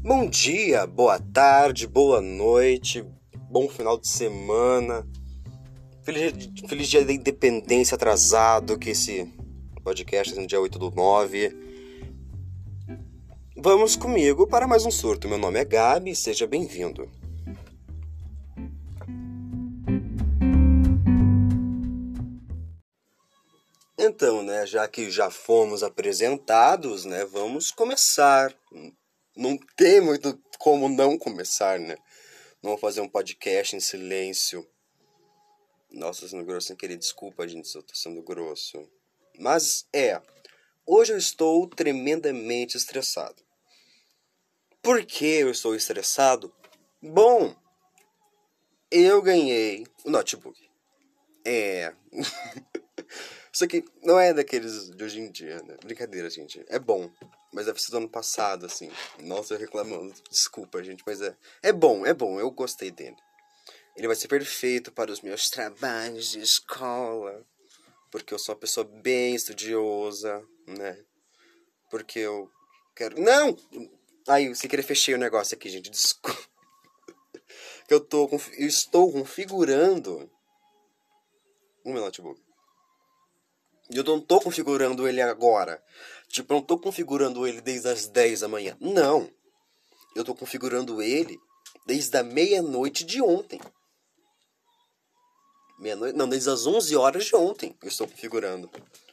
Bom dia, boa tarde, boa noite, bom final de semana. Feliz dia da independência atrasado, que esse podcast é no dia 8/9. Vamos comigo para mais um surto. Meu nome é Gabi, seja bem-vindo. Então, já que já fomos apresentados, vamos começar. Não tem muito como não começar, Não vou fazer um podcast em silêncio. Nossa, sendo grosso sem querer. Desculpa, gente, se eu tô sendo grosso. Mas hoje eu estou tremendamente estressado. Por que eu estou estressado? Bom, eu ganhei o notebook. Isso aqui não é daqueles de hoje em dia, Brincadeira, gente. É bom. Mas deve ser do ano passado, assim. Nossa, eu reclamando. Desculpa, gente, mas é bom. Eu gostei dele. Ele vai ser perfeito para os meus trabalhos de escola. Porque eu sou uma pessoa bem estudiosa, Porque eu quero... Não! Ai, sem querer fechei o negócio aqui, gente. Desculpa. Que eu estou configurando o meu notebook. E eu não tô configurando ele agora. Tipo, eu não tô configurando ele desde as 10 da manhã. Não. Eu tô configurando ele desde a meia-noite de ontem. Meia-noite? Não, desde as 11 horas de ontem eu estou configurando.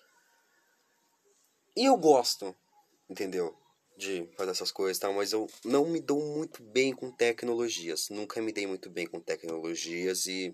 E eu gosto, entendeu? De fazer essas coisas e tal, mas eu não me dou muito bem com tecnologias. Nunca me dei muito bem com tecnologias e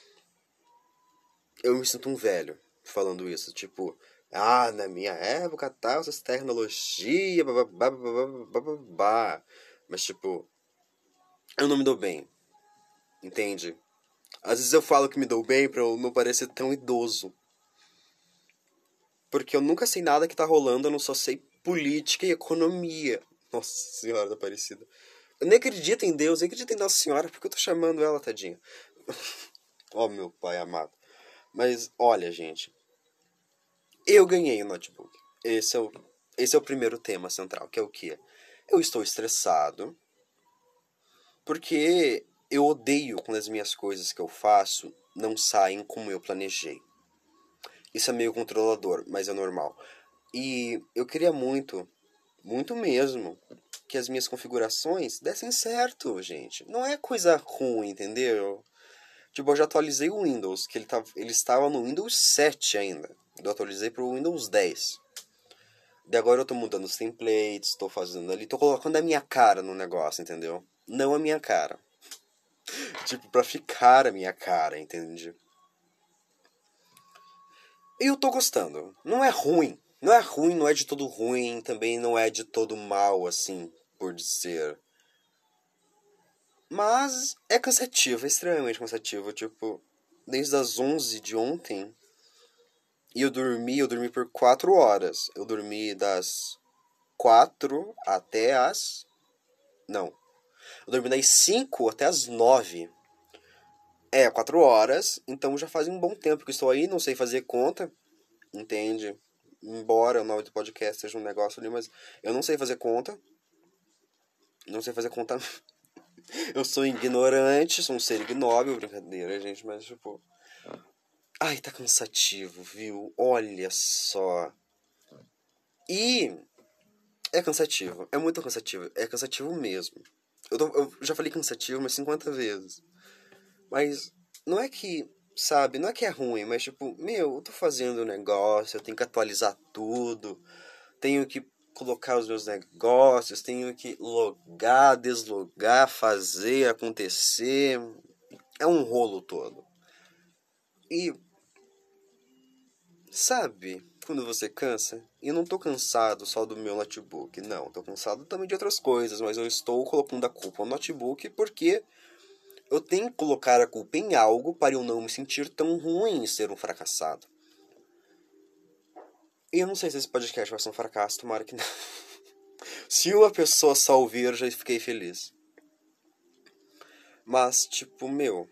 eu me sinto um velho falando isso. Tipo, na minha época tal, essas tecnologias, babá. Mas tipo, eu não me dou bem, entende? Às vezes eu falo que me dou bem pra eu não parecer tão idoso. Porque eu nunca sei nada que tá rolando, eu não só sei política e economia. Nossa Senhora da Aparecida. Eu nem acredito em Deus, nem acredito em Nossa Senhora, porque eu tô chamando ela, tadinha. Ó, meu pai amado. Mas, olha, gente. Eu ganhei o notebook. Esse é o primeiro tema central, que é o quê? Eu estou estressado, porque eu odeio quando as minhas coisas que eu faço não saem como eu planejei. Isso é meio controlador, mas é normal. E eu queria muito, muito mesmo, que as minhas configurações dessem certo, gente. Não é coisa ruim, entendeu? Tipo, eu já atualizei o Windows, que ele estava no Windows 7 ainda. Eu atualizei para o Windows 10. De agora eu tô mudando os templates, tô fazendo ali, tô colocando a minha cara no negócio, entendeu? Não a minha cara. Tipo, pra ficar a minha cara, entende? E eu tô gostando. Não é ruim. Não é ruim, não é de todo ruim, também não é de todo mal, assim, por dizer. Mas é cansativo, é extremamente cansativo. Tipo, desde as 11 de ontem, e eu dormi por 4 horas. Eu dormi das 4 até as... Não. Eu dormi das 5 até as 9. 4 horas. Então já faz um bom tempo que estou aí. Não sei fazer conta. Entende? Embora o nome do podcast seja um negócio ali, mas eu não sei fazer conta. Não sei fazer conta. Eu sou ignorante, sou um ser ignóbil. Brincadeira, gente, mas tipo... Ai, tá cansativo, viu? Olha só. E é cansativo. É muito cansativo. É cansativo mesmo. Eu já falei cansativo umas 50 vezes. Mas não é que, sabe, não é que é ruim, mas tipo, eu tô fazendo um negócio, eu tenho que atualizar tudo, tenho que colocar os meus negócios, tenho que logar, deslogar, fazer acontecer. É um rolo todo. E, sabe, quando você cansa, e eu não tô cansado só do meu notebook, não, tô cansado também de outras coisas, mas eu estou colocando a culpa no notebook porque eu tenho que colocar a culpa em algo para eu não me sentir tão ruim em ser um fracassado. E eu não sei se esse podcast vai ser um fracasso, tomara que não. Se uma pessoa só ouvir, eu já fiquei feliz. Mas, tipo,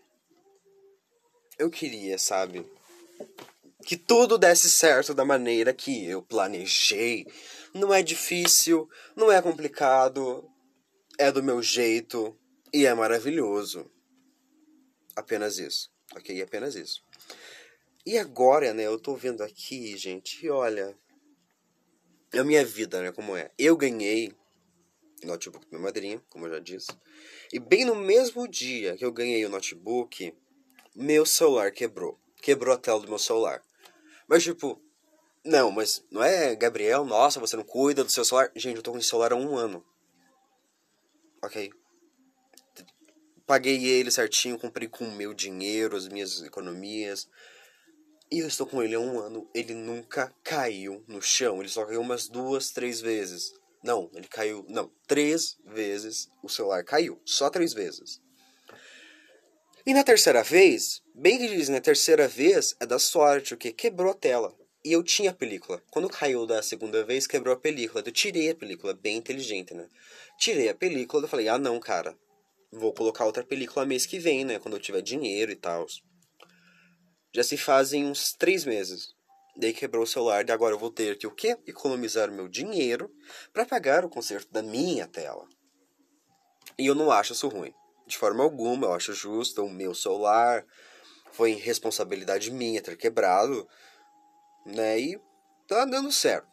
eu queria, sabe, que tudo desse certo da maneira que eu planejei. Não é difícil, não é complicado. é do meu jeito e é maravilhoso. Apenas isso, ok? Apenas isso. E agora, né, eu tô vendo aqui, gente, e olha, a minha vida, né, como é. Eu ganhei notebook da minha madrinha, como eu já disse. E bem no mesmo dia que eu ganhei o notebook, meu celular quebrou. Quebrou a tela do meu celular. Mas tipo, não, mas não é, Gabriel, nossa, você não cuida do seu celular? Gente, eu tô com esse celular há 1 ano. Ok? Paguei ele certinho, comprei com o meu dinheiro, as minhas economias. E eu estou com ele há 1 ano. Ele nunca caiu no chão. Ele só caiu umas 2, 3 vezes. Não, ele caiu. Não, 3 vezes o celular caiu. Só 3 vezes. E na terceira vez, bem que dizem, na terceira vez é da sorte, o que? Quebrou a tela. E eu tinha a película. Quando caiu da segunda vez, quebrou a película. Eu tirei a película, bem inteligente, né? Tirei a película, eu falei, ah não, cara. Vou colocar outra película mês que vem, né? Quando eu tiver dinheiro e tal. Já se fazem uns 3 meses. Daí quebrou o celular, e agora eu vou ter que o quê? Economizar o meu dinheiro para pagar o conserto da minha tela. E eu não acho isso ruim. De forma alguma, eu acho justo. O meu celular foi responsabilidade minha ter quebrado, né? E tá dando certo.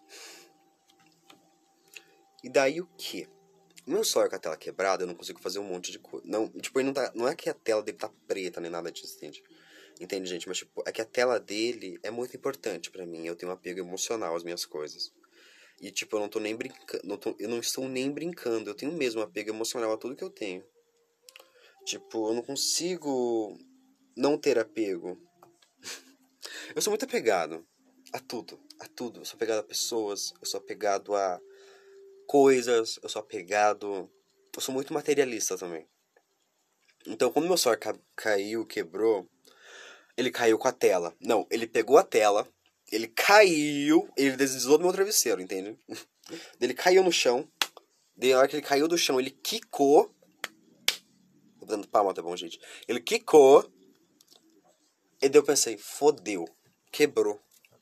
E daí o quê? O meu celular com a tela quebrada, eu não consigo fazer um monte de coisa. Não, tipo, ele não é que a tela dele tá preta nem nada disso, entende? Entende, gente? Mas, tipo, é que a tela dele é muito importante pra mim. Eu tenho um apego emocional às minhas coisas. E, tipo, eu não tô nem brincando. Eu não estou nem brincando. Eu tenho mesmo um apego emocional a tudo que eu tenho. Tipo, eu não consigo não ter apego. Eu sou muito apegado a tudo. A tudo. Eu sou apegado a pessoas. Eu sou apegado a coisas. Eu sou apegado. Eu sou muito materialista também. Então, quando meu celular caiu, quebrou, ele caiu com a tela. Não, ele pegou a tela, ele caiu, ele deslizou do meu travesseiro, entende? Ele caiu no chão. Daí, na hora que ele caiu do chão, ele quicou. Tô dando palma, tá bom, gente? Ele quicou. E daí eu pensei, fodeu. Quebrou.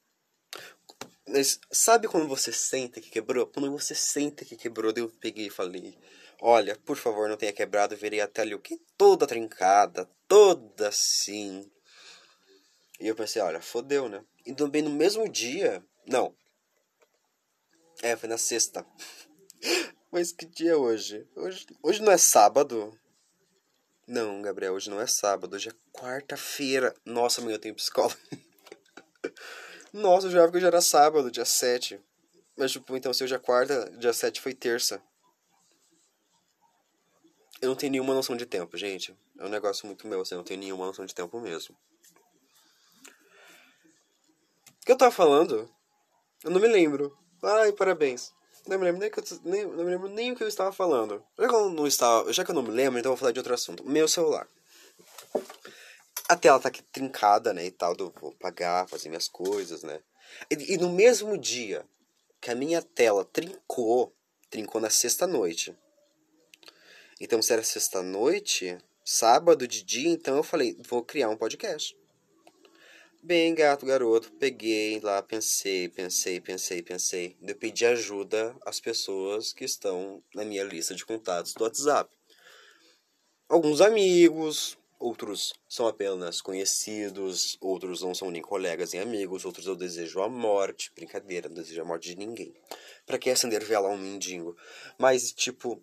Mas sabe quando você sente que quebrou? Quando você sente que quebrou, daí eu peguei e falei: olha, por favor, não tenha quebrado. Eu virei a tela o que toda trincada, toda assim. E eu pensei: olha, fodeu, né? E também no mesmo dia. Não, foi na sexta. Mas que dia é hoje? Hoje não é sábado? Não, Gabriel, hoje não é sábado, hoje é quarta-feira. Nossa, amanhã eu tenho psicólogo. Nossa, eu jurava que hoje era sábado, dia 7. Mas, tipo, então, se hoje é quarta, dia 7 foi terça. Eu não tenho nenhuma noção de tempo, gente. É um negócio muito meu, assim, eu não tenho nenhuma noção de tempo mesmo. O que eu tava falando? Eu não me lembro. Ai, parabéns. Não me lembro nem, não me lembro nem o que eu estava falando. Já que eu não me lembro, então eu vou falar de outro assunto. Meu celular. A tela tá aqui trincada, né, e tal, vou pagar, fazer minhas coisas, né. E no mesmo dia que a minha tela trincou na sexta-noite. Então, se era sexta-noite, sábado de dia, então eu falei, vou criar um podcast. Bem, gato, garoto, peguei lá, pensei. Eu pedi ajuda às pessoas que estão na minha lista de contatos do WhatsApp. Alguns amigos, outros são apenas conhecidos, outros não são nem colegas nem amigos, outros eu desejo a morte. Brincadeira, não desejo a morte de ninguém. Pra que acender vela a um mendigo? Mas, tipo,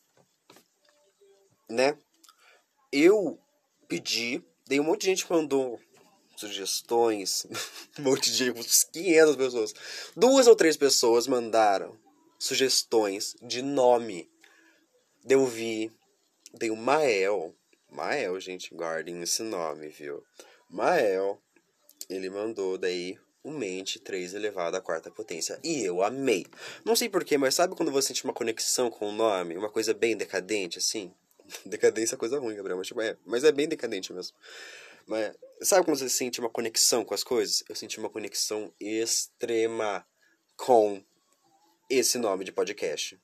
né? Eu pedi, dei um monte de gente que mandou sugestões, um monte de uns 500 pessoas. 2 ou 3 pessoas mandaram sugestões de nome. Eu vi, dei o Mael. Mael, gente, guardem esse nome, viu? Mael, ele mandou daí o mente 3 elevado à quarta potência. E eu amei. Não sei porquê, mas sabe quando você sente uma conexão com o nome? Uma coisa bem decadente, assim? Decadência é coisa ruim, Gabriel, mas, tipo, mas é bem decadente mesmo. Mas sabe quando você sente uma conexão com as coisas? Eu senti uma conexão extrema com esse nome de podcast.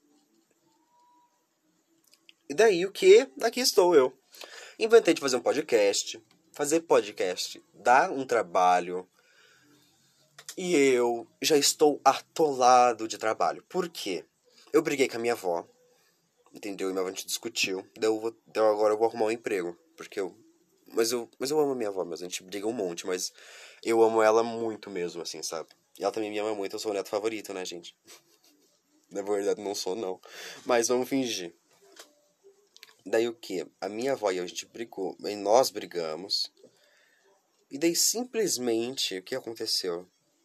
E daí o que? Daqui estou eu. Inventei de fazer um podcast. Fazer podcast dá um trabalho. E eu já estou atolado de trabalho. Por quê? Eu briguei com a minha avó. entendeu? E minha avó a gente discutiu. Daí agora eu vou arrumar um emprego. Mas eu amo a minha avó mesmo. A gente briga um monte, mas eu amo ela muito mesmo, assim, sabe? E ela também me ama muito. Eu sou o neto favorito, né, gente? Na verdade, não sou, não. Mas vamos fingir. Daí o que? A minha avó e eu, a gente brigou. E nós brigamos. E daí simplesmente, o que aconteceu?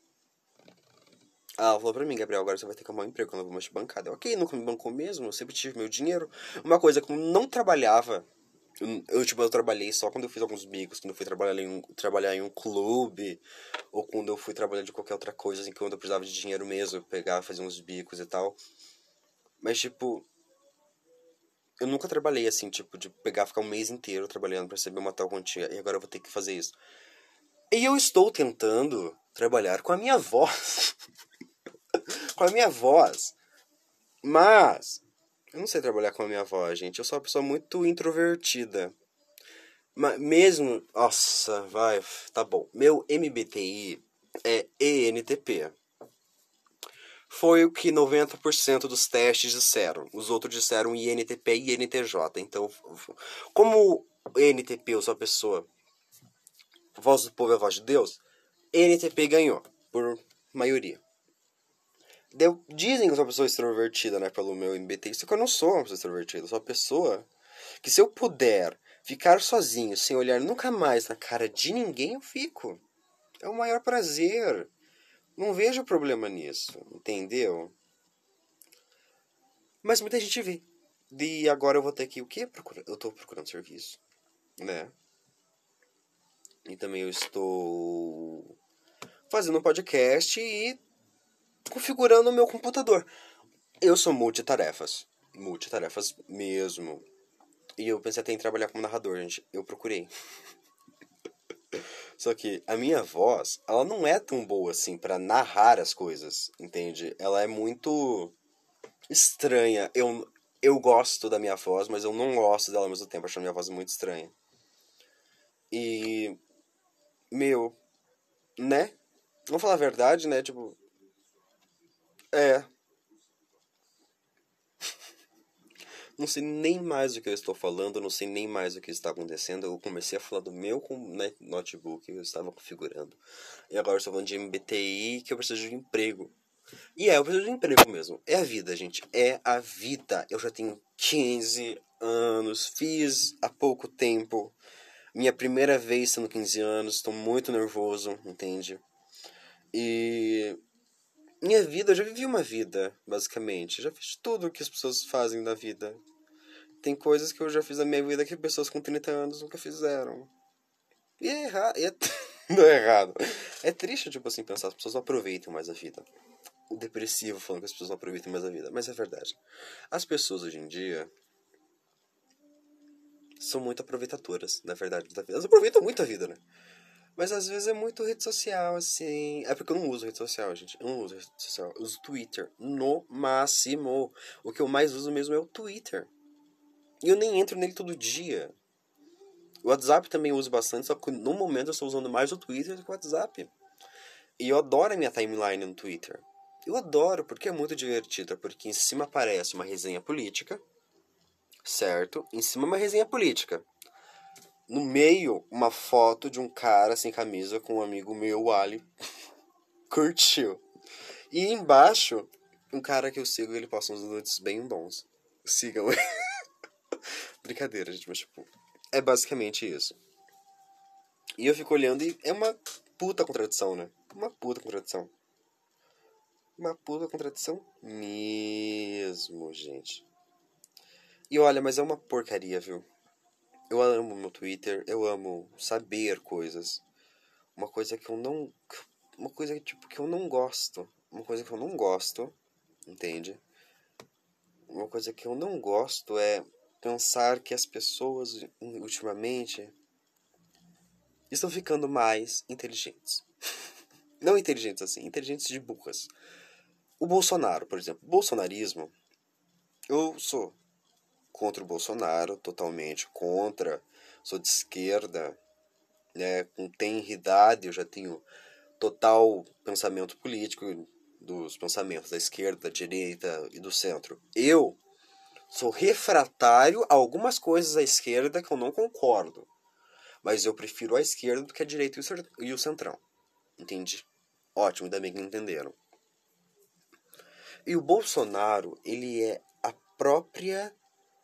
Ela falou pra mim, Gabriel, agora você vai ter que arrumar um emprego quando eu vou mais te bancar. Eu, ok, nunca me bancou mesmo, eu sempre tive meu dinheiro. Uma coisa que eu não trabalhava, eu trabalhei só quando eu fiz alguns bicos, quando eu fui trabalhar em um clube, ou quando eu fui trabalhar de qualquer outra coisa, assim, quando eu precisava de dinheiro mesmo, eu pegava, fazia uns bicos e tal. Mas, tipo, eu nunca trabalhei assim, tipo, de pegar, ficar um mês inteiro trabalhando pra receber uma tal quantia, e agora eu vou ter que fazer isso. E eu estou tentando trabalhar com a minha voz. Com a minha voz. Mas eu não sei trabalhar com a minha voz, gente. Eu sou uma pessoa muito introvertida. Mas mesmo. Nossa, vai. Tá bom. Meu MBTI é ENTP. Foi o que 90% dos testes disseram. Os outros disseram INTP e INTJ. Então, como ENTP eu sou a pessoa. Voz do povo é a voz de Deus. ENTP ganhou. Por maioria. Dizem que eu sou uma pessoa extrovertida, né? Pelo meu MBTI. Só que eu não sou uma pessoa extrovertida. Eu sou uma pessoa que, se eu puder ficar sozinho, sem olhar nunca mais na cara de ninguém, eu fico. É o maior prazer. Não vejo problema nisso, entendeu? Mas muita gente vê. E agora eu vou ter que o quê? Eu tô procurando serviço, né? E também eu estou fazendo um podcast e configurando o meu computador. Eu sou multitarefas. Multitarefas mesmo. E eu pensei até em trabalhar como narrador, gente. Eu procurei. Só que a minha voz, ela não é tão boa assim pra narrar as coisas, entende? Ela é muito estranha. Eu gosto da minha voz, mas eu não gosto dela ao mesmo tempo. Acho a minha voz muito estranha. E, meu, né? Vamos falar a verdade, né? Tipo, é. Não sei nem mais o que eu estou falando, não sei nem mais o que está acontecendo. Eu comecei a falar do meu notebook que eu estava configurando. E agora eu estou falando de MBTI, que eu preciso de um emprego. E eu preciso de um emprego mesmo. É a vida, gente. É a vida. Eu já tenho 15 anos, fiz há pouco tempo. Minha primeira vez tendo 15 anos, estou muito nervoso, entende? E minha vida, eu já vivi uma vida, basicamente. Já fiz tudo o que as pessoas fazem na vida. Tem coisas que eu já fiz na minha vida que pessoas com 30 anos nunca fizeram. E é errado. Não é errado. É triste, tipo assim, pensar as pessoas não aproveitam mais a vida. O depressivo falando que as pessoas não aproveitam mais a vida. Mas é verdade. As pessoas hoje em dia são muito aproveitadoras, na verdade, da vida. Elas aproveitam muito a vida, né? Mas às vezes é muito rede social, assim. É porque eu não uso rede social, gente. Eu não uso rede social. Eu uso Twitter. No máximo. O que eu mais uso mesmo é o Twitter. E eu nem entro nele todo dia. O WhatsApp também eu uso bastante, só que no momento eu estou usando mais o Twitter do que o WhatsApp. E eu adoro a minha timeline no Twitter. Eu adoro, porque é muito divertido. Porque em cima aparece uma resenha política, certo? Em cima uma resenha política. No meio, uma foto de um cara sem camisa com um amigo meu, o Ali. Curtiu. E embaixo, um cara que eu sigo, ele posta uns nudes bem bons. Sigam ele. Brincadeira, gente, mas tipo, é basicamente isso. E eu fico olhando e é uma puta contradição, né? Uma puta contradição. Uma puta contradição mesmo, gente. E olha, mas é uma porcaria, viu? Eu amo meu Twitter, eu amo saber coisas. Uma coisa que eu não. Uma coisa que, tipo, que eu não gosto. Uma coisa que eu não gosto, entende? Uma coisa que eu não gosto é pensar que as pessoas, ultimamente, estão ficando mais inteligentes. Não inteligentes assim, inteligentes de burras. O Bolsonaro, por exemplo. O bolsonarismo, eu sou contra o Bolsonaro, totalmente contra. Sou de esquerda, né? Com tenridade, eu já tenho total pensamento político dos pensamentos da esquerda, da direita e do centro. Eu sou refratário a algumas coisas à esquerda que eu não concordo. Mas eu prefiro a esquerda do que a direita e o centrão. Entendi? Ótimo, ainda bem que entenderam. E o Bolsonaro, ele é a própria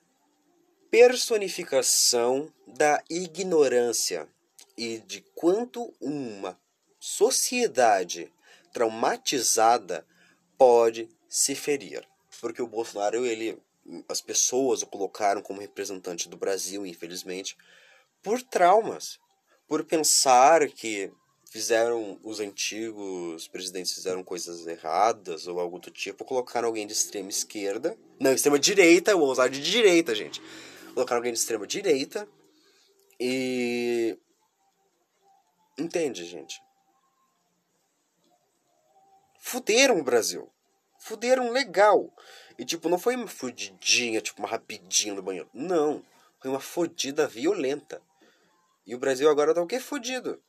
personificação da ignorância e de quanto uma sociedade traumatizada pode se ferir. Porque o Bolsonaro, as pessoas o colocaram como representante do Brasil, infelizmente, por traumas, por pensar que os antigos presidentes fizeram coisas erradas ou algo do tipo, colocaram alguém de extrema esquerda, não, extrema direita, eu vou usar de direita, gente. Colocaram alguém de extrema direita e... Entende, gente? Fuderam o Brasil. Fuderam legal. E, tipo, não foi uma fudidinha, tipo, uma rapidinha no banheiro. Não. Foi uma fodida violenta. E o Brasil agora tá o quê? Fudido.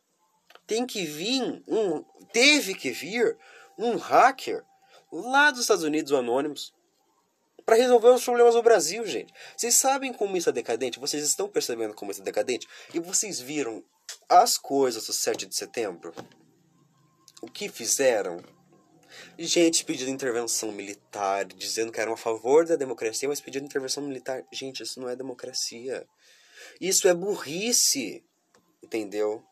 Teve que vir um hacker lá dos Estados Unidos, o Anonymous, para resolver os problemas do Brasil, gente. Vocês sabem como isso é decadente? Vocês estão percebendo como isso é decadente? E vocês viram as coisas do 7 de setembro? O que fizeram? Gente pedindo intervenção militar, dizendo que eram a favor da democracia, mas pedindo intervenção militar. Gente, isso não é democracia. Isso é burrice. Entendeu?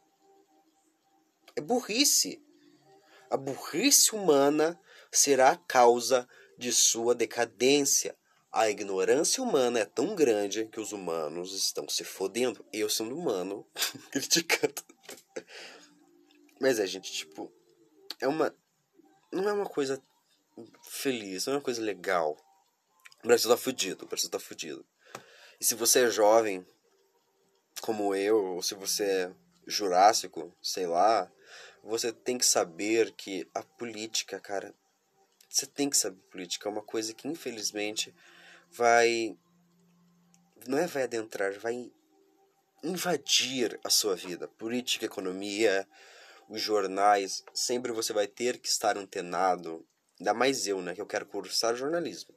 É burrice. A burrice humana será a causa de sua decadência. A ignorância humana é tão grande que os humanos estão se fodendo. Eu, sendo humano, criticando. Mas gente, tipo, não é uma coisa feliz, não é uma coisa legal. O Brasil tá fudido, o Brasil tá fudido. E se você é jovem, como eu, ou se você é jurássico, sei lá, você tem que saber que a política, cara, você tem que saber política. É uma coisa que, infelizmente, vai adentrar, vai invadir a sua vida. Política, economia, os jornais, sempre você vai ter que estar antenado. Ainda mais eu, né, que eu quero cursar jornalismo.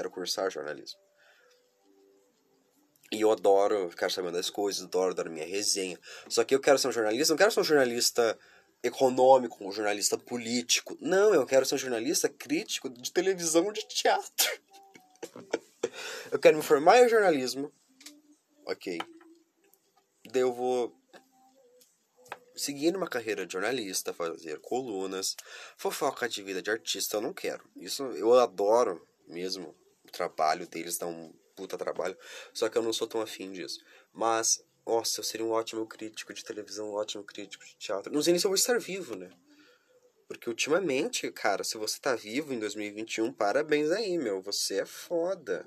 E eu adoro ficar sabendo das coisas, adoro dar minha resenha. Só que eu quero ser um jornalista, não quero ser um jornalista econômico, um jornalista político. Não, eu quero ser um jornalista crítico de televisão, de teatro. Eu quero me formar em jornalismo. Ok. Daí eu vou seguir uma carreira de jornalista, fazer colunas, fofoca de vida de artista, eu não quero. Isso eu adoro mesmo. O trabalho deles dá um puta trabalho. Só que eu não sou tão afim disso. Mas, nossa, eu seria um ótimo crítico de televisão, um ótimo crítico de teatro. Não sei nem se eu vou estar vivo, né? Porque ultimamente, cara, se você tá vivo em 2021, parabéns aí, meu. Você é foda.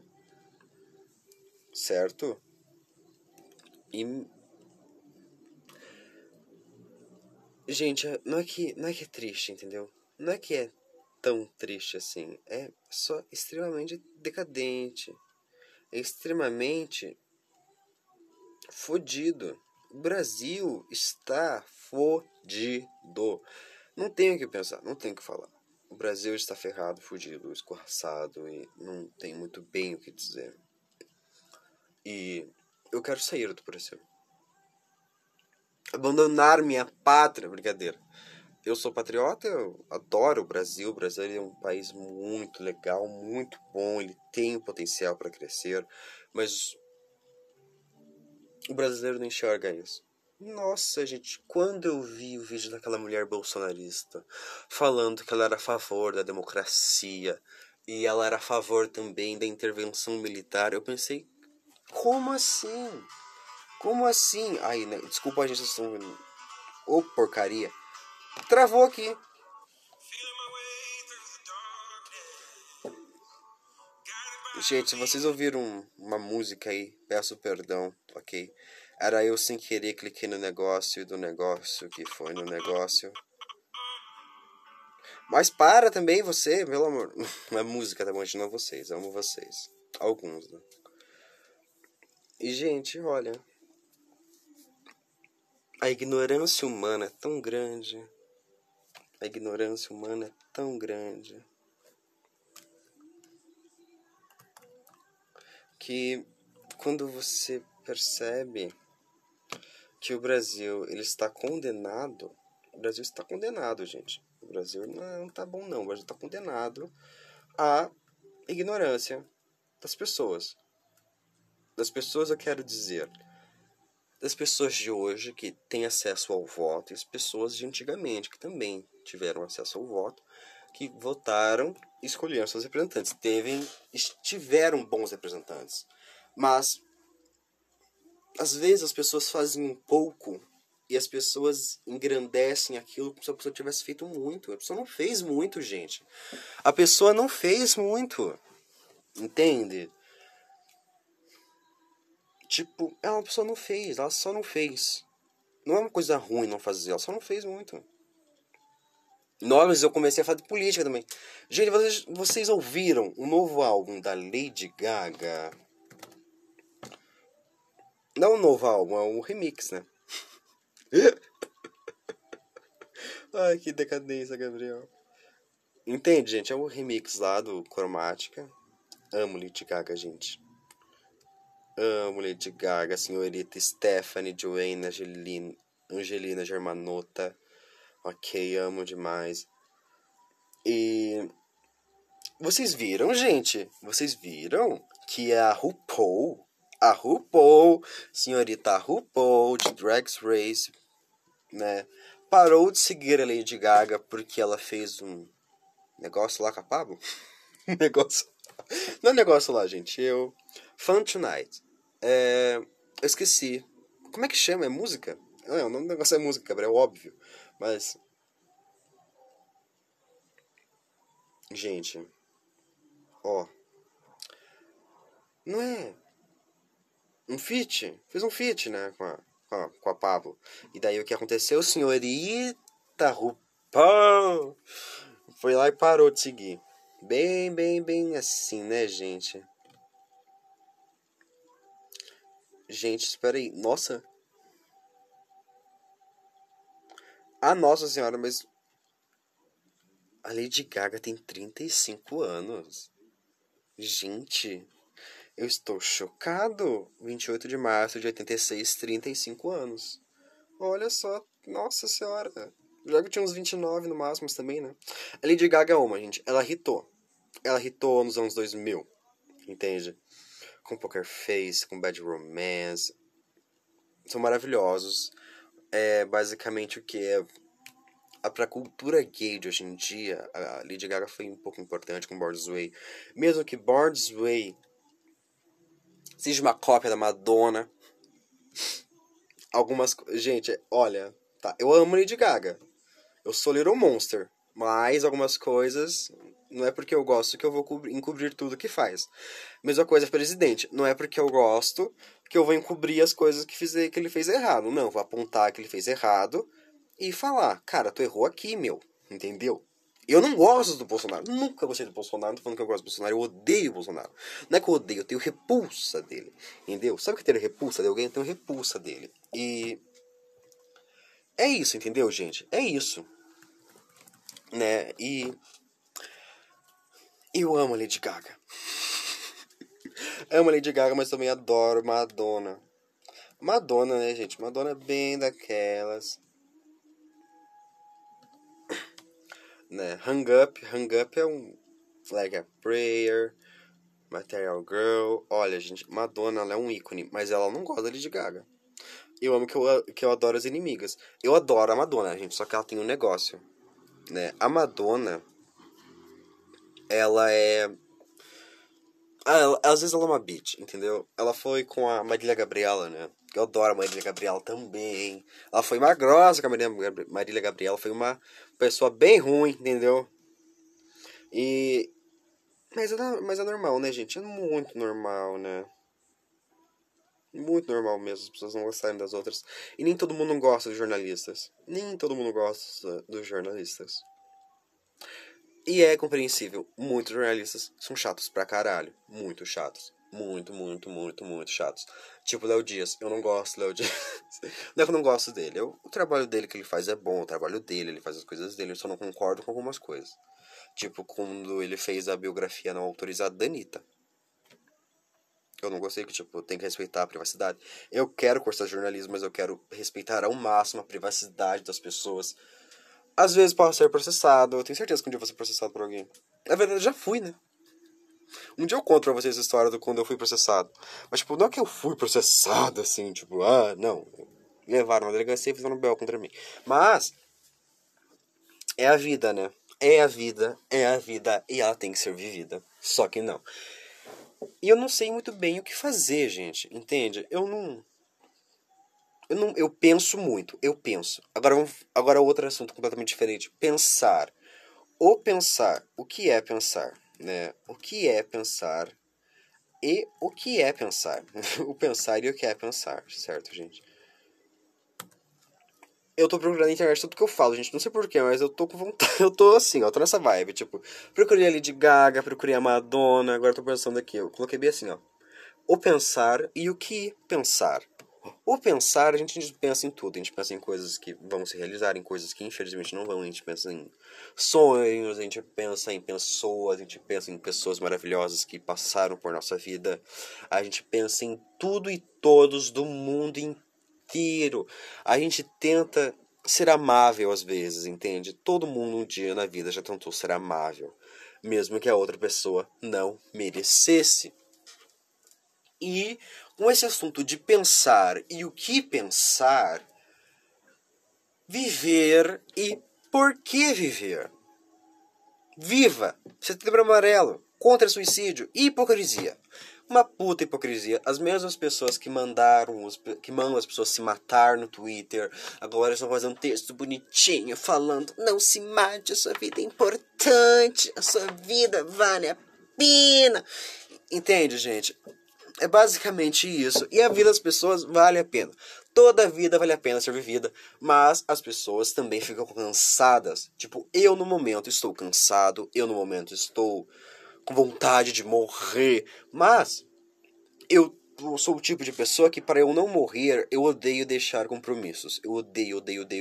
Certo? E, gente, não é que é triste, entendeu? Não é que é tão triste assim. É só extremamente decadente. É extremamente fodido. O Brasil está fodido. Não tenho o que pensar, não tenho o que falar. O Brasil está ferrado, fudido, escorraçado e não tem muito bem o que dizer. E eu quero sair do Brasil. Abandonar minha pátria, brincadeira. Eu sou patriota, eu adoro o Brasil. O Brasil é um país muito legal, muito bom. Ele tem potencial para crescer, mas o brasileiro não enxerga isso. Nossa, gente, quando eu vi o vídeo daquela mulher bolsonarista falando que ela era a favor da democracia e ela era a favor também da intervenção militar, eu pensei, como assim? Como assim? Ai, né? Desculpa, a gente estão vendo. Ô, porcaria. Travou aqui. Gente, se vocês ouviram uma música aí, peço perdão, ok? Era eu sem querer, cliquei no negócio e do negócio que foi no negócio. Mas para também você, pelo amor. A música tá bom, de não vocês, amo vocês. Alguns, né? E, gente, olha. A ignorância humana é tão grande. A ignorância humana é tão grande. que quando você percebe que o Brasil ele está condenado, o Brasil está condenado, gente. O Brasil não tá bom não, o Brasil está condenado à ignorância das pessoas. Das pessoas eu quero dizer, das pessoas de hoje que têm acesso ao voto e as pessoas de antigamente que também tiveram acesso ao voto, que votaram e escolheram seus representantes. Tiveram bons representantes. Mas, às vezes, as pessoas fazem um pouco e as pessoas engrandecem aquilo como se a pessoa tivesse feito muito. A pessoa não fez muito, gente. A pessoa não fez muito. Entende? Tipo, uma pessoa não fez, ela só não fez. Não é uma coisa ruim não fazer, ela só não fez muito. Eu comecei a falar de política também. Gente, vocês ouviram o novo álbum da Lady Gaga? Não o novo álbum, é um remix, né? Ai, que decadência, Gabriel. Entende, gente? É um remix lá do Chromatica. Amo Lady Gaga, gente. Amo Lady Gaga, senhorita Stephanie, Joanne, Angelina Germanotta. Ok, amo demais. E vocês viram, gente? Vocês viram que a RuPaul, senhorita RuPaul de Drag Race, né, parou de seguir a Lady Gaga porque ela fez um negócio lá com a Pablo? Negócio. Não é negócio lá, gente. Fun Tonight. Eu esqueci. Como é que chama? É música? Não, o nome do negócio é música, Gabriel, é óbvio. Mas. Gente. Ó. Não é. Um feat. Fez um feat, né? Com a Pablo. E daí o que aconteceu? Senhorita RuPaul foi lá e parou de seguir. Bem, bem, bem assim, né, gente? Gente, espera aí. Nossa. Ah, nossa senhora, mas a Lady Gaga tem 35 anos. Gente, eu estou chocado. 28 de março de 86, 35 anos. Olha só, nossa senhora. Já que eu tinha uns 29 no máximo, mas também, né? A Lady Gaga é uma, gente. Ela hitou. Ela hitou nos anos 2000, entende? Com Poker Face, com Bad Romance. São maravilhosos. É basicamente o que é pra cultura gay de hoje em dia. A Lady Gaga foi um pouco importante com Born This Way. Mesmo que Born This Way seja uma cópia da Madonna. Gente, olha, tá, eu amo Lady Gaga. Eu sou Little Monster. Mas algumas coisas, não é porque eu gosto que eu vou encobrir tudo que faz. Mesma coisa presidente. Não é porque eu gosto que eu vou encobrir as coisas que ele fez errado. Não, vou apontar que ele fez errado e falar, cara, tu errou aqui, meu. Entendeu? Eu não gosto do Bolsonaro. Nunca gostei do Bolsonaro. Não tô falando que eu gosto do Bolsonaro. Eu odeio o Bolsonaro. Não é que eu odeio, eu tenho repulsa dele. Entendeu? Sabe que ter repulsa de alguém? Eu tenho repulsa dele. E é isso, entendeu, gente? É isso. Né? E eu amo a Lady Gaga. Amo a Lady Gaga, mas também adoro Madonna. Madonna, né, gente? Madonna é bem daquelas. Né? Hang Up é um Flag a Prayer, Material Girl. Olha, gente, Madonna ela é um ícone, mas ela não gosta da Lady Gaga. Eu amo que eu adoro as inimigas. Eu adoro a Madonna, gente, só que ela tem um negócio, né? A Madonna, ela é... às vezes ela é uma bitch, entendeu? Ela foi com a Marília Gabriela, né? Eu adoro a Marília Gabriela também. Ela foi uma grossa com a Marília Gabriela. Foi uma pessoa bem ruim, entendeu? E... mas é normal, né, gente? É muito normal, né? Muito normal mesmo as pessoas não gostarem das outras. E nem todo mundo gosta dos jornalistas. Nem todo mundo gosta dos jornalistas. E é compreensível. Muitos jornalistas são chatos pra caralho. Muito chatos. Muito, muito, muito, muito chatos. Tipo Léo Dias. Eu não gosto do Léo Dias. Não é que eu não gosto dele. O trabalho dele que ele faz é bom. O trabalho dele, ele faz as coisas dele. Eu só não concordo com algumas coisas. Tipo quando ele fez a biografia não autorizada da Anitta. que eu não gostei, que, tipo, tem que respeitar a privacidade. Eu quero cursar jornalismo, mas eu quero respeitar ao máximo a privacidade das pessoas. Às vezes posso ser processado, eu tenho certeza que um dia eu vou ser processado por alguém. Na verdade, eu já fui, né? Um dia eu conto pra vocês a história do quando eu fui processado. Mas, tipo, não é que eu fui processado, assim, tipo, não. Levaram uma delegacia e fizeram um BO contra mim. Mas, é a vida, né? É a vida, e ela tem que ser vivida. Só que não. E eu não sei muito bem o que fazer, gente, entende? Eu penso muito, eu penso. Agora outro assunto completamente diferente. Pensar. O que é pensar, né? O que é pensar e o que é pensar. O pensar e o que é pensar, certo, gente? Eu tô procurando na internet tudo que eu falo, gente. Não sei porquê, mas eu tô com vontade. Eu tô assim, ó. Tô nessa vibe. Tipo, procurei a Lady Gaga, procurei a Madonna. Agora eu tô pensando aqui. Eu coloquei bem assim, ó. O pensar e o que pensar. O pensar, a gente pensa em tudo. A gente pensa em coisas que vão se realizar, em coisas que infelizmente não vão. A gente pensa em sonhos, a gente pensa em pessoas, a gente pensa em pessoas maravilhosas que passaram por nossa vida. A gente pensa em tudo e todos do mundo inteiro. A gente tenta ser amável às vezes, entende? Todo mundo um dia na vida já tentou ser amável, mesmo que a outra pessoa não merecesse. E com esse assunto de pensar e o que pensar, viver e por que viver. Viva! Setembro Amarelo, contra suicídio e hipocrisia. Uma puta hipocrisia. As mesmas pessoas que que mandam as pessoas se matar no Twitter, agora estão fazendo um texto bonitinho falando: não se mate, a sua vida é importante, a sua vida vale a pena. Entende, gente? É basicamente isso. E a vida das pessoas vale a pena. Toda vida vale a pena ser vivida, mas as pessoas também ficam cansadas. Tipo, eu no momento estou cansado, eu no momento estou com vontade de morrer, mas eu sou o tipo de pessoa que para eu não morrer, eu odeio deixar compromissos. Eu odeio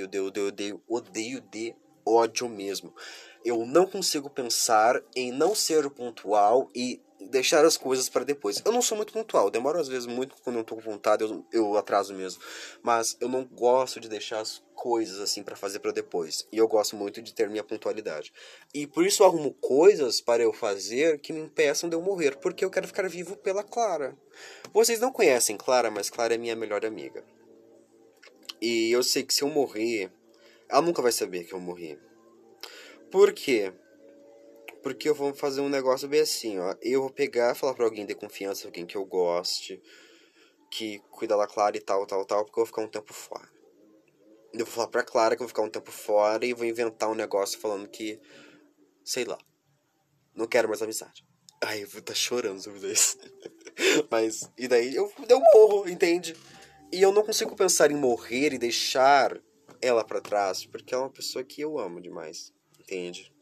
de ódio mesmo. Eu não consigo pensar em não ser pontual e deixar as coisas para depois. Eu não sou muito pontual, demoro às vezes muito quando eu tô com vontade, eu atraso mesmo. Mas eu não gosto de deixar as coisas assim para fazer para depois. E eu gosto muito de ter minha pontualidade. E por isso eu arrumo coisas para eu fazer que me impeçam de eu morrer, porque eu quero ficar vivo pela Clara. Vocês não conhecem Clara, mas Clara é minha melhor amiga. E eu sei que se eu morrer, ela nunca vai saber que eu morri. Por quê? Porque eu vou fazer um negócio bem assim, ó. Eu vou pegar, falar pra alguém de confiança, alguém que eu goste, que cuida da Clara e tal, porque eu vou ficar um tempo fora. Eu vou falar pra Clara que eu vou ficar um tempo fora e vou inventar um negócio falando que, sei lá, não quero mais amizade. Ai, eu vou estar chorando sobre isso. Mas, e daí eu morro, entende? E eu não consigo pensar em morrer e deixar ela pra trás, porque ela é uma pessoa que eu amo demais, entende?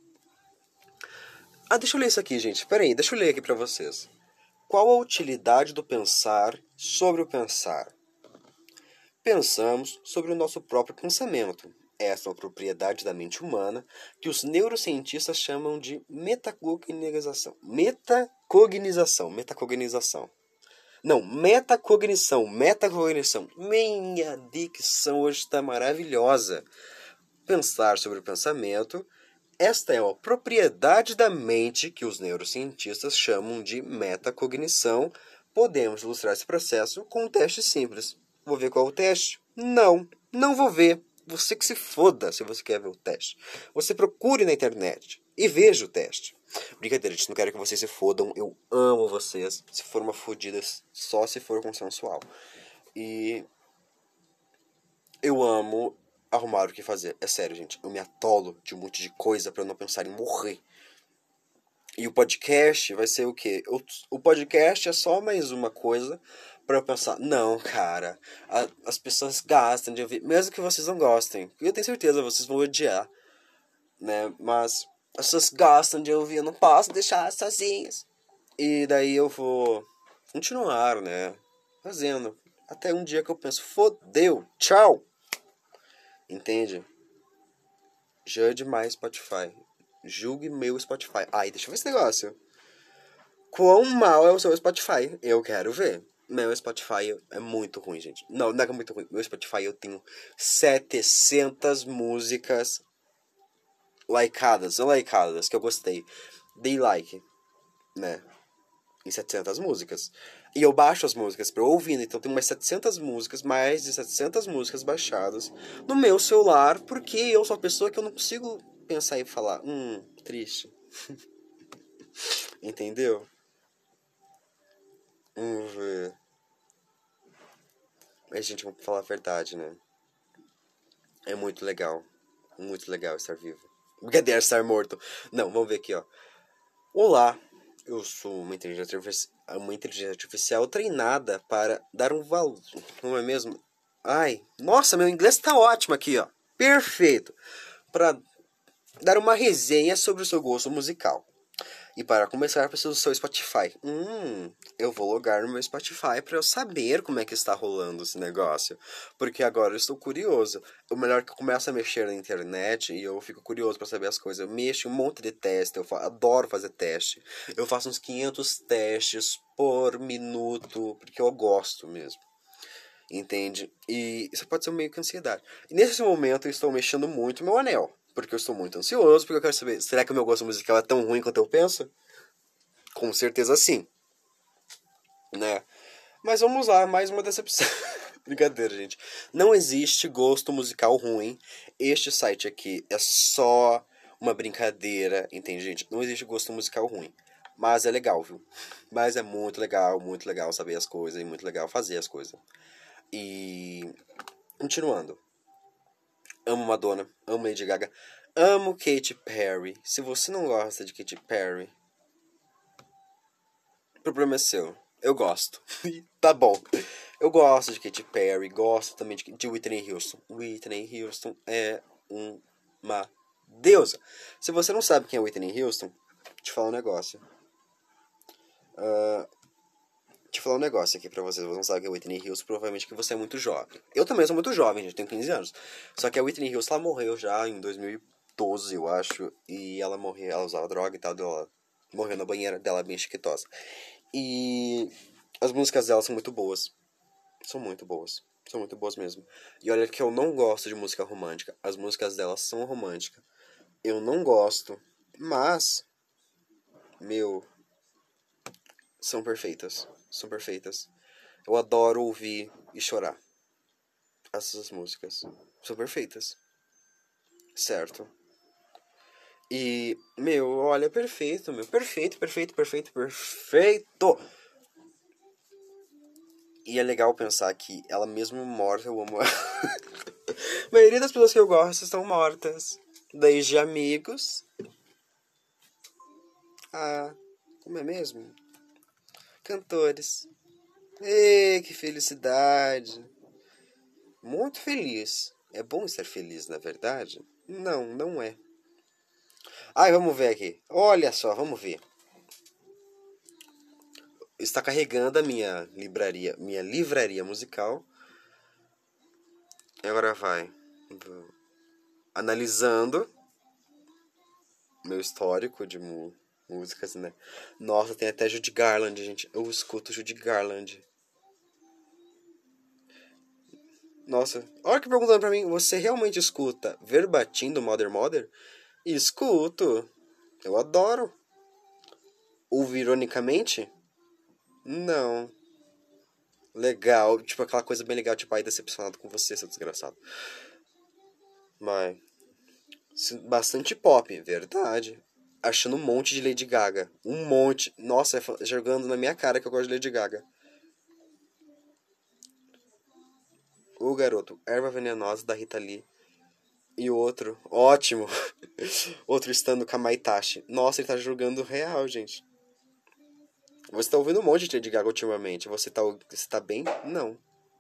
Deixa eu ler isso aqui, gente. Pera aí, deixa eu ler aqui pra vocês. Qual a utilidade do pensar sobre o pensar? Pensamos sobre o nosso próprio pensamento. Essa é uma propriedade da mente humana que os neurocientistas chamam de metacognização. Metacognização. Não, metacognição. Minha dicção hoje está maravilhosa. Pensar sobre o pensamento. Esta é uma propriedade da mente que os neurocientistas chamam de metacognição. Podemos ilustrar esse processo com um teste simples. Vou ver qual é o teste? Não vou ver. Você que se foda se você quer ver o teste. Você procure na internet e veja o teste. Brincadeira, gente, não quero que vocês se fodam. Eu amo vocês. Se for uma fodida, só se for consensual. E eu amo arrumar o que fazer. É sério, gente. Eu me atolo de um monte de coisa pra eu não pensar em morrer. E o podcast vai ser o quê? O podcast é só mais uma coisa pra eu pensar. Não, cara. As pessoas gastam de ouvir. Mesmo que vocês não gostem. Eu tenho certeza, vocês vão odiar. Né? Mas as pessoas gostam de ouvir. Eu não posso deixar sozinhos. E daí eu vou continuar, né? Fazendo. Até um dia que eu penso, fodeu, tchau. Entende? Judge my Spotify. Julgue meu Spotify. Ai, deixa eu ver esse negócio. quão mal é o seu Spotify. Eu quero ver. Meu Spotify é muito ruim, gente. Não, não é muito ruim. Meu Spotify eu tenho 700 músicas likeadas, que eu gostei. Dei like, né? Em 700 músicas. E eu baixo as músicas pra eu ouvir. Então tem umas 700 músicas, mais de 700 músicas baixadas no meu celular, porque eu sou uma pessoa que eu não consigo pensar e falar, triste. Entendeu? Vamos ver. Mas, gente, vamos falar a verdade, né? É muito legal estar vivo. Brincadeira, estar morto. Não, vamos ver aqui, ó. Olá, eu sou uma inteligência artificial treinada para dar um valor, não é mesmo? Ai, nossa, meu inglês tá ótimo aqui, ó. Perfeito. Para dar uma resenha sobre o seu gosto musical. E para começar, preciso do seu Spotify. Eu vou logar no meu Spotify para eu saber como é que está rolando esse negócio. Porque agora eu estou curioso. O melhor é que eu começo a mexer na internet e eu fico curioso para saber as coisas. Eu mexo em um monte de teste, adoro fazer teste. Eu faço uns 500 testes por minuto, porque eu gosto mesmo. Entende? E isso pode ser meio que ansiedade. E nesse momento eu estou mexendo muito no meu anel. Porque eu estou muito ansioso, porque eu quero saber, será que o meu gosto musical é tão ruim quanto eu penso? Com certeza sim, né? Mas vamos lá, mais uma decepção. Brincadeira, gente. Não existe gosto musical ruim. Este site aqui é só uma brincadeira, entende, gente? Não existe gosto musical ruim. Mas é legal, viu? Mas é muito legal saber as coisas e muito legal fazer as coisas. E continuando. Amo Madonna, amo Lady Gaga, amo Katy Perry. Se você não gosta de Katy Perry, o problema é seu. Eu gosto. Tá bom. Eu gosto de Katy Perry, gosto também de Whitney Houston. Whitney Houston é uma deusa. Se você não sabe quem é Whitney Houston, te falar um negócio. Te falar um negócio aqui pra vocês. Você não sabe quem é Whitney Houston, provavelmente que você é muito jovem. Eu também sou muito jovem, gente, tenho 15 anos. Só que a Whitney Houston, ela morreu já em 2012, eu acho. E ela morreu, ela usava droga e tal, ela morreu na banheira dela, bem chiquitosa. E as músicas dela são muito boas. São muito boas. São muito boas mesmo. E olha que eu não gosto de música romântica. As músicas dela são românticas. Eu não gosto. Mas, meu, são perfeitas. São perfeitas. Eu adoro ouvir e chorar. Essas músicas são perfeitas. Certo? E, meu, olha, perfeito, meu. Perfeito. E é legal pensar que ela mesmo morta, eu amo ela. A maioria das pessoas que eu gosto estão mortas. Desde amigos. Como é mesmo? Cantores. Ei, que felicidade. Muito feliz. É bom estar feliz, na verdade? Não, não é. Ai, vamos ver aqui. Olha só, vamos ver. Está carregando a minha livraria musical. E agora vai. Analisando meu histórico de músicas, né? Nossa, tem até Judy Garland, gente. Eu escuto Judy Garland. Nossa, olha que perguntando pra mim, você realmente escuta verbatim do Mother Mother? Escuto. Eu adoro. Ouve ironicamente? Não. Legal, tipo aquela coisa bem legal, tipo, ai, decepcionado com você, seu desgraçado. Mas, bastante pop, verdade. Achando um monte de Lady Gaga. Um monte. Nossa, jogando na minha cara que eu gosto de Lady Gaga. O garoto, Erva Venenosa, da Rita Lee. E o outro, ótimo. Outro estando Kamaitachi. Nossa, ele tá jogando real, gente. Você tá ouvindo um monte de Lady Gaga ultimamente. Você tá bem? Não.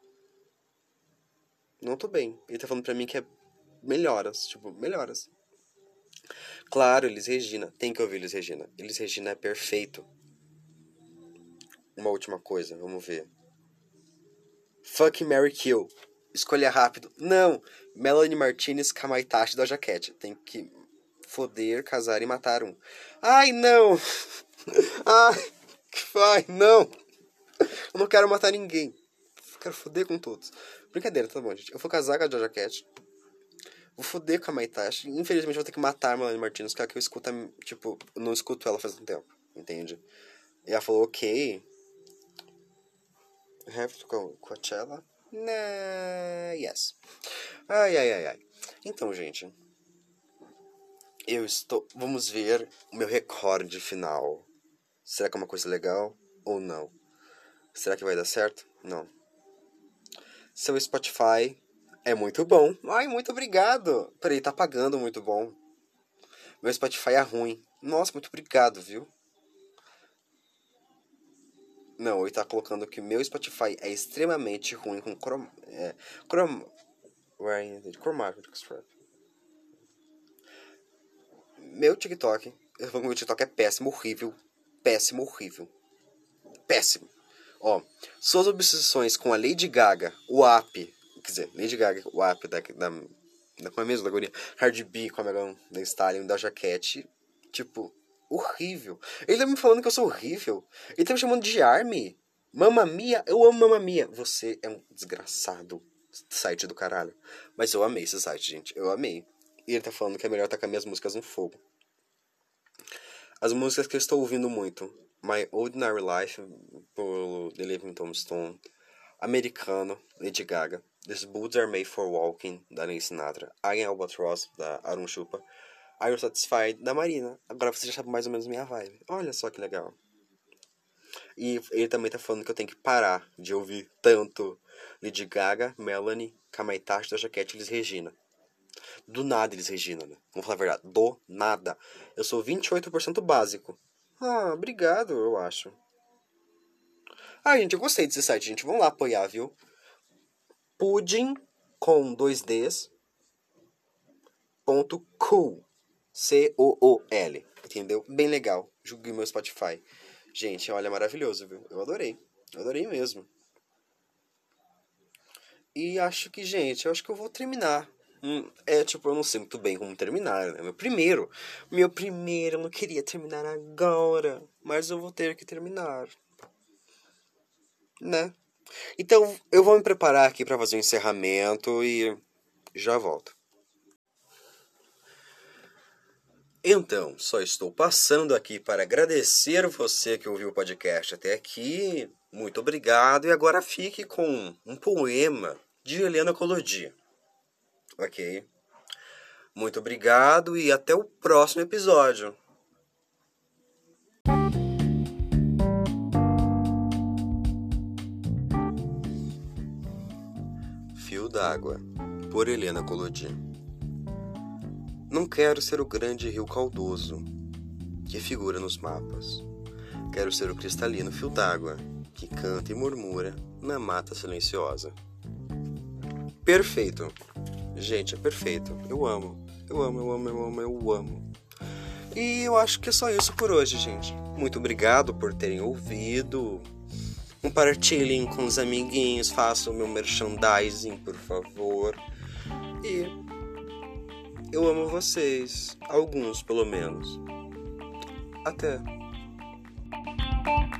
Não tô bem. Ele tá falando pra mim que é melhoras. Tipo, melhoras. Claro, Elis Regina. Tem que ouvir Elis Regina. Elis Regina é perfeito. Uma última coisa, vamos ver. Fuck, Marry, Kill. Escolha rápido. Não. Melanie Martinez, Kamaitachi da Jaquete. Tem que foder, casar e matar um. Ai, não. Ai, Spotify, não! Eu não quero matar ninguém. Eu quero foder com todos. Brincadeira, tá bom, gente. Eu vou casar com a Doja Cat. Vou foder com a Maitachi. Infelizmente, vou ter que matar a Melanie Martinez, que é a que eu escuto, tipo, eu não escuto ela faz um tempo, entende? E ela falou, ok. Have to go Coachella? Nah, yes. Ai. Então, gente, vamos ver o meu recorde final. Será que é uma coisa legal ou não? Será que vai dar certo? Não. Seu Spotify é muito bom. Ai, muito obrigado. Peraí, tá pagando muito bom. Meu Spotify é ruim. Nossa, muito obrigado, viu? Não, ele tá colocando que meu Spotify é extremamente ruim com Chromatic Strap. Meu TikTok, eu falo que meu TikTok é péssimo, horrível. Péssimo. Ó, suas obsessões com a Lady Gaga, o app, quer dizer, Lady Gaga, o app da como é mesmo, da guria, Hard B, com a Megan Thee Stallion, da Jaquette, tipo, horrível. Ele tá me falando que eu sou horrível. Ele tá me chamando de Army. Mamma Mia, eu amo Mamma Mia. Você é um desgraçado site do caralho. Mas eu amei esse site, gente, eu amei. E ele tá falando que é melhor tacar minhas músicas no fogo. As músicas que eu estou ouvindo muito: My Ordinary Life, por The Living Tombstone, Americano, Lady Gaga, These Boots Are Made For Walking, da Nancy Sinatra, I Am Albatross, da Arun Chupa, Are You Satisfied, da Marina. Agora você já sabe mais ou menos minha vibe. Olha só que legal. E ele também tá falando que eu tenho que parar de ouvir tanto Lady Gaga, Melanie, Kamaitachi, da Jaquette e Elis Regina. Do nada, Elis Regina, né? Vamos falar a verdade. Do nada. Eu sou 28% básico. Ah, obrigado, eu acho. Ah, gente, eu gostei desse site, gente. Vamos lá apoiar, viu? Pudding, com 2 Ds, .cool. C-O-O-L. Entendeu? Bem legal. Julguei meu Spotify. Gente, olha, maravilhoso, viu? Eu adorei. Eu adorei mesmo. E acho que, gente, eu acho que eu vou terminar. Eu não sei muito bem como terminar, né? Meu primeiro, eu não queria terminar agora, mas eu vou ter que terminar, né? Então, eu vou me preparar aqui para fazer o encerramento e já volto. Então, só estou passando aqui para agradecer você que ouviu o podcast até aqui. Muito obrigado. E agora fique com um poema de Helena Collodi. Ok? Muito obrigado e até o próximo episódio. Fio d'Água, por Helena Collodi. Não quero ser o grande rio caudoso que figura nos mapas. Quero ser o cristalino fio d'água que canta e murmura na mata silenciosa. Perfeito. Gente, é perfeito. Eu amo. E eu acho que é só isso por hoje, gente. Muito obrigado por terem ouvido. Compartilhem com os amiguinhos. Façam o meu merchandising, por favor. E eu amo vocês. Alguns, pelo menos. Até.